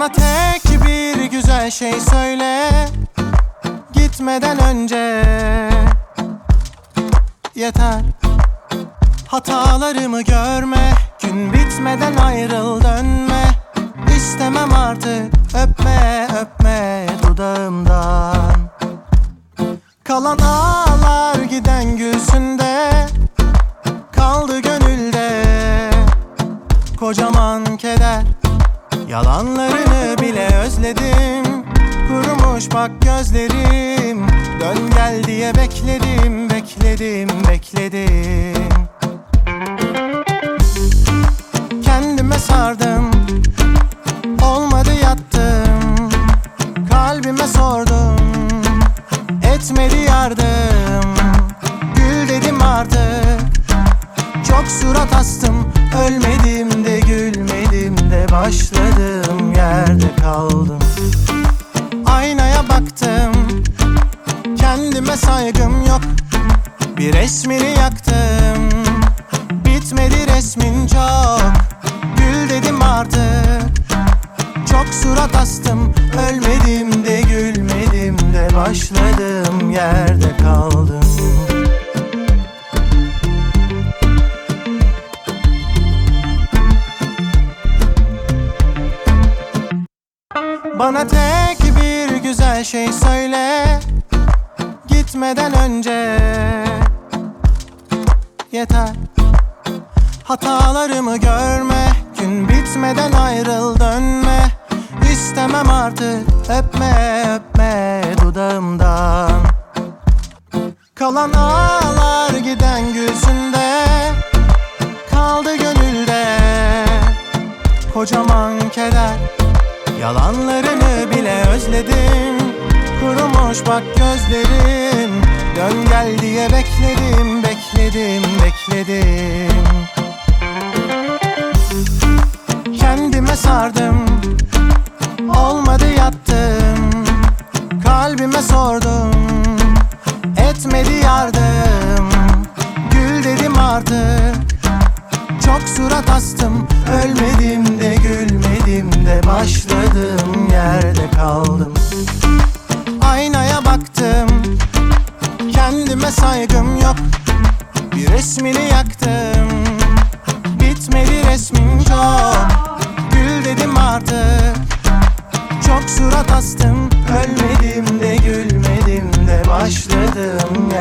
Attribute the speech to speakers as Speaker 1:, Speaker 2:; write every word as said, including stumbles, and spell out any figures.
Speaker 1: Bana tek bir güzel şey söyle gitmeden önce. Yeter hatalarımı görme, gün bitmeden ayrıl dönme. İstemem artık öpme öpme dudağımdan. Kalan ağlar giden gülsünde, kaldı gönülde kocaman keder. Yalanlarını bile özledim, kurumuş bak gözlerim. Dön gel diye bekledim, bekledim, bekledim. Kendime sardım, olmadı yattım. Kalbime sordum, etmedi yardım. Gül dedim artık, çok surat astım. Ölmedim de gülmedim de, başladığım yerde kaldım. Aynaya baktım, kendime saygım yok. Bir resmini yaktım, bitmedi resmin çok. Gül dedim artık, çok surat astım. Ölmedim de gülmedim de, başladığım yerde kaldım. Bana tek bir güzel şey söyle gitmeden önce. Yeter hatalarımı görme, gün bitmeden ayrıl dönme. İstemem artık öpme öpme dudağımdan. Kalan ağlar giden gülsünde, kaldı gönülde kocaman keder. Yalanlarını bile özledim, kurumuş bak gözlerim. Dön gel diye bekledim, bekledim, bekledim. Kendime sardım, olmadı yattım. Kalbime sordum, etmedi yardım. Gül dedim artık, çok surat astım. Ölmedim de gülmedim de, başladığım yerde kaldım. Aynaya baktım, kendime saygım yok. Bir resmini yaktım, bitmedi resmin çok. Gül dedim artık, çok surat astım. Ölmedim de gülmedim de, başladım